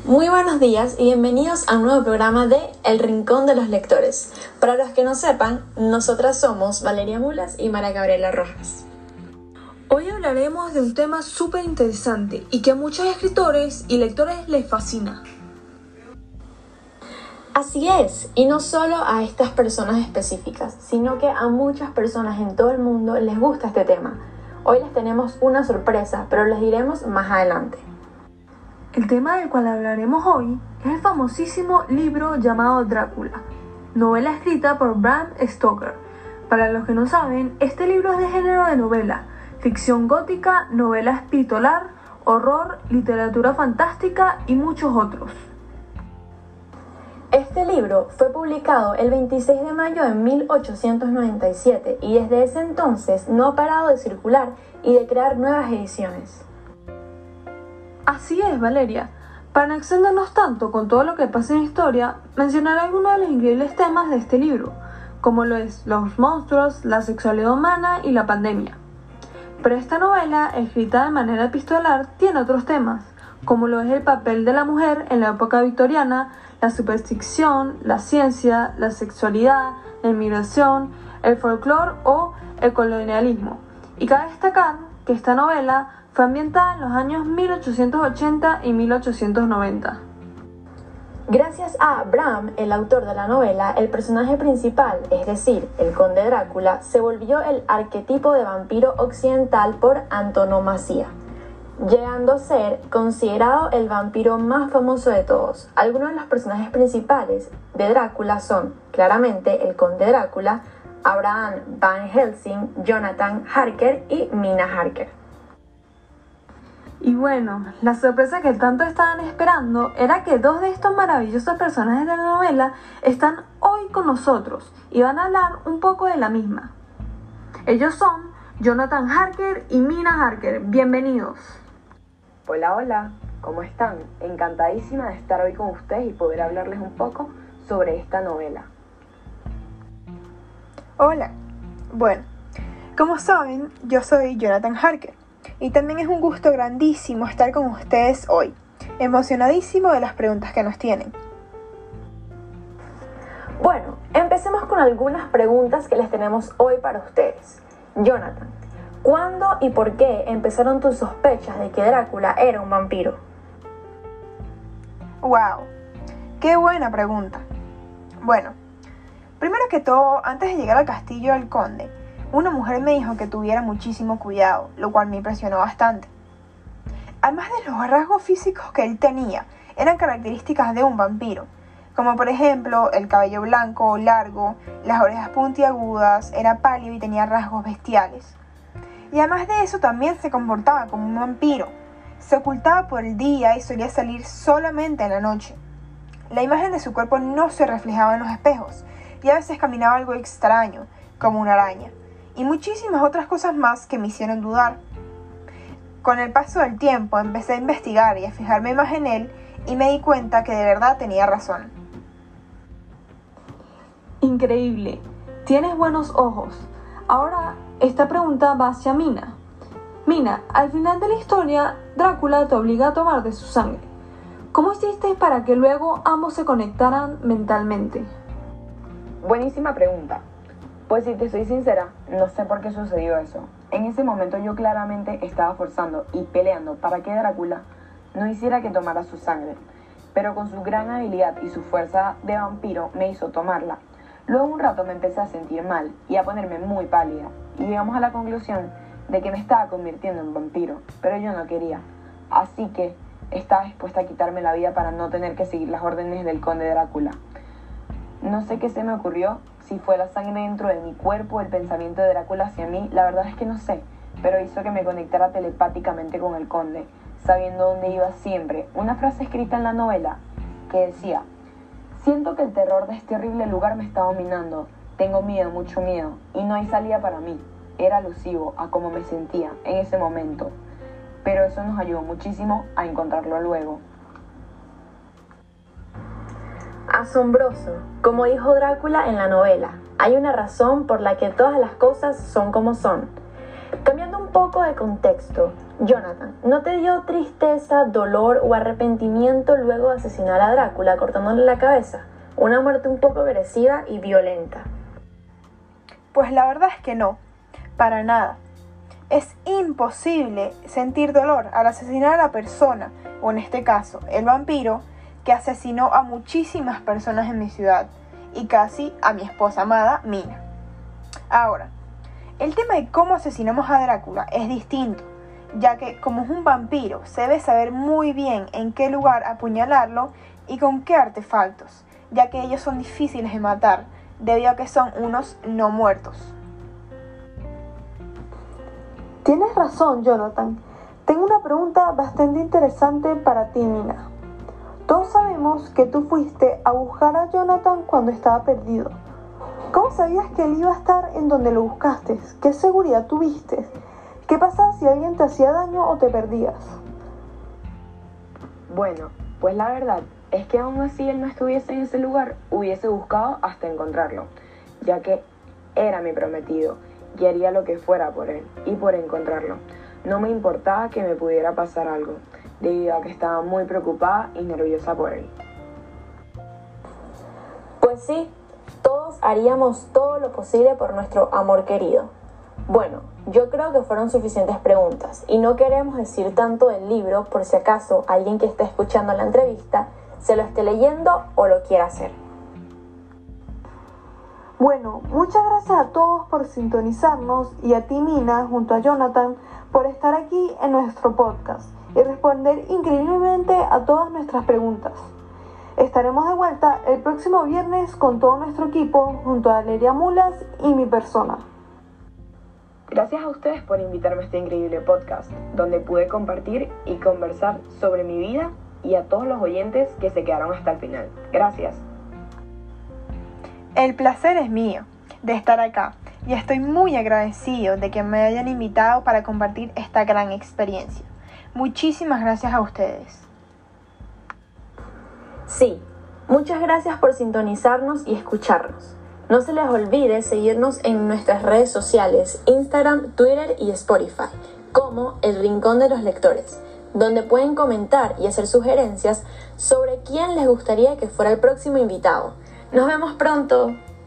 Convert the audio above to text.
Muy buenos días y bienvenidos a un nuevo programa de El Rincón de los Lectores. Para los que no sepan, nosotras somos Valeria Mulas y María Gabriela Rojas. Hoy hablaremos de un tema súper interesante y que a muchos escritores y lectores les fascina. Así es, y no solo a estas personas específicas, sino que a muchas personas en todo el mundo les gusta este tema. Hoy les tenemos una sorpresa, pero les diremos más adelante. El tema del cual hablaremos hoy es el famosísimo libro llamado Drácula, novela escrita por Bram Stoker. Para los que no saben, este libro es de género de novela, ficción gótica, novela epistolar, horror, literatura fantástica y muchos otros. Este libro fue publicado el 26 de mayo de 1897 y desde ese entonces no ha parado de circular y de crear nuevas ediciones. Así es, Valeria. Para no extendernos tanto con todo lo que pasa en la historia, mencionaré algunos de los increíbles temas de este libro, como lo es los monstruos, la sexualidad humana y la pandemia. Pero esta novela, escrita de manera epistolar, tiene otros temas, como lo es el papel de la mujer en la época victoriana, la superstición, la ciencia, la sexualidad, la inmigración, el folclore o el colonialismo. Y cabe destacar que esta novela fue ambientada en los años 1880 y 1890. Gracias a Bram, el autor de la novela, el personaje principal, es decir, el conde Drácula, se volvió el arquetipo de vampiro occidental por antonomasia, llegando a ser considerado el vampiro más famoso de todos. Algunos de los personajes principales de Drácula son, claramente, el conde Drácula, Abraham Van Helsing, Jonathan Harker y Mina Harker. Y bueno, la sorpresa que tanto estaban esperando era que dos de estos maravillosos personajes de la novela están hoy con nosotros y van a hablar un poco de la misma. Ellos son Jonathan Harker y Mina Harker. Bienvenidos. Hola, hola, ¿cómo están? Encantadísima de estar hoy con ustedes y poder hablarles un poco sobre esta novela. Hola, bueno, como saben, yo soy Jonathan Harker y también es un gusto grandísimo estar con ustedes hoy, emocionadísimo de las preguntas que nos tienen. Bueno, empecemos con algunas preguntas que les tenemos hoy para ustedes. Jonathan, ¿cuándo y por qué empezaron tus sospechas de que Drácula era un vampiro? ¡Wow! ¡Qué buena pregunta! Bueno, primero que todo, antes de llegar al castillo del conde, una mujer me dijo que tuviera muchísimo cuidado, lo cual me impresionó bastante. Además de los rasgos físicos que él tenía, eran características de un vampiro, como por ejemplo el cabello blanco largo, las orejas puntiagudas, era pálido y tenía rasgos bestiales. Y además de eso también se comportaba como un vampiro, se ocultaba por el día y solía salir solamente en la noche. La imagen de su cuerpo no se reflejaba en los espejos y a veces caminaba algo extraño, como una araña. Y muchísimas otras cosas más que me hicieron dudar. Con el paso del tiempo empecé a investigar y a fijarme más en él y me di cuenta que de verdad tenía razón. Increíble, tienes buenos ojos. Ahora esta pregunta va hacia Mina. Mina, al final de la historia, Drácula te obliga a tomar de su sangre. ¿Cómo hiciste para que luego ambos se conectaran mentalmente? Buenísima pregunta. Pues si te soy sincera, no sé por qué sucedió eso. En ese momento yo claramente estaba forzando y peleando para que Drácula no hiciera que tomara su sangre, pero con su gran habilidad y su fuerza de vampiro me hizo tomarla. Luego un rato me empecé a sentir mal y a ponerme muy pálida y llegamos a la conclusión de que me estaba convirtiendo en vampiro, pero yo no quería. Así que estaba dispuesta a quitarme la vida para no tener que seguir las órdenes del conde Drácula. No sé qué se me ocurrió, si fue la sangre dentro de mi cuerpo o el pensamiento de Drácula hacia mí, la verdad es que no sé, pero hizo que me conectara telepáticamente con el conde, sabiendo dónde iba siempre. Una frase escrita en la novela que decía: siento que el terror de este horrible lugar me está dominando, tengo miedo, mucho miedo, y no hay salida para mí. Era alusivo a cómo me sentía en ese momento, pero eso nos ayudó muchísimo a encontrarlo luego. Asombroso, como dijo Drácula en la novela, hay una razón por la que todas las cosas son como son. Cambiando un un poco de contexto. Jonathan, ¿no te dio tristeza, dolor o arrepentimiento luego de asesinar a Drácula cortándole la cabeza? Una muerte un poco agresiva y violenta. Pues la verdad es que no, para nada. Es imposible sentir dolor al asesinar a la persona, o en este caso, el vampiro, que asesinó a muchísimas personas en mi ciudad y casi a mi esposa amada, Mina. Ahora, el tema de cómo asesinamos a Drácula es distinto, ya que como es un vampiro, se debe saber muy bien en qué lugar apuñalarlo y con qué artefactos, ya que ellos son difíciles de matar, debido a que son unos no muertos. Tienes razón, Jonathan. Tengo una pregunta bastante interesante para ti, Mina. Todos sabemos que tú fuiste a buscar a Jonathan cuando estaba perdido. ¿Cómo sabías que él iba a estar en donde lo buscaste? ¿Qué seguridad tuviste? ¿Qué pasaba si alguien te hacía daño o te perdías? Bueno, pues la verdad es que aún así él no estuviese en ese lugar, hubiese buscado hasta encontrarlo, ya que era mi prometido y haría lo que fuera por él y por encontrarlo. No me importaba que me pudiera pasar algo, debido a que estaba muy preocupada y nerviosa por él. Pues sí, todos haríamos todo lo posible por nuestro amor querido. Bueno, yo creo que fueron suficientes preguntas y no queremos decir tanto del libro por si acaso alguien que esté escuchando la entrevista se lo esté leyendo o lo quiera hacer. Bueno, muchas gracias a todos por sintonizarnos y a ti, Mina, junto a Jonathan, por estar aquí en nuestro podcast y responder increíblemente a todas nuestras preguntas. Estaremos de vuelta el próximo viernes con todo nuestro equipo junto a Valeria Mulas y mi persona. Gracias a ustedes por invitarme a este increíble podcast, donde pude compartir y conversar sobre mi vida, y a todos los oyentes que se quedaron hasta el final. Gracias. El placer es mío de estar acá y estoy muy agradecido de que me hayan invitado para compartir esta gran experiencia. Muchísimas gracias a ustedes. Sí, muchas gracias por sintonizarnos y escucharnos. No se les olvide seguirnos en nuestras redes sociales, Instagram, Twitter y Spotify, como El Rincón de los Lectores, donde pueden comentar y hacer sugerencias sobre quién les gustaría que fuera el próximo invitado. ¡Nos vemos pronto!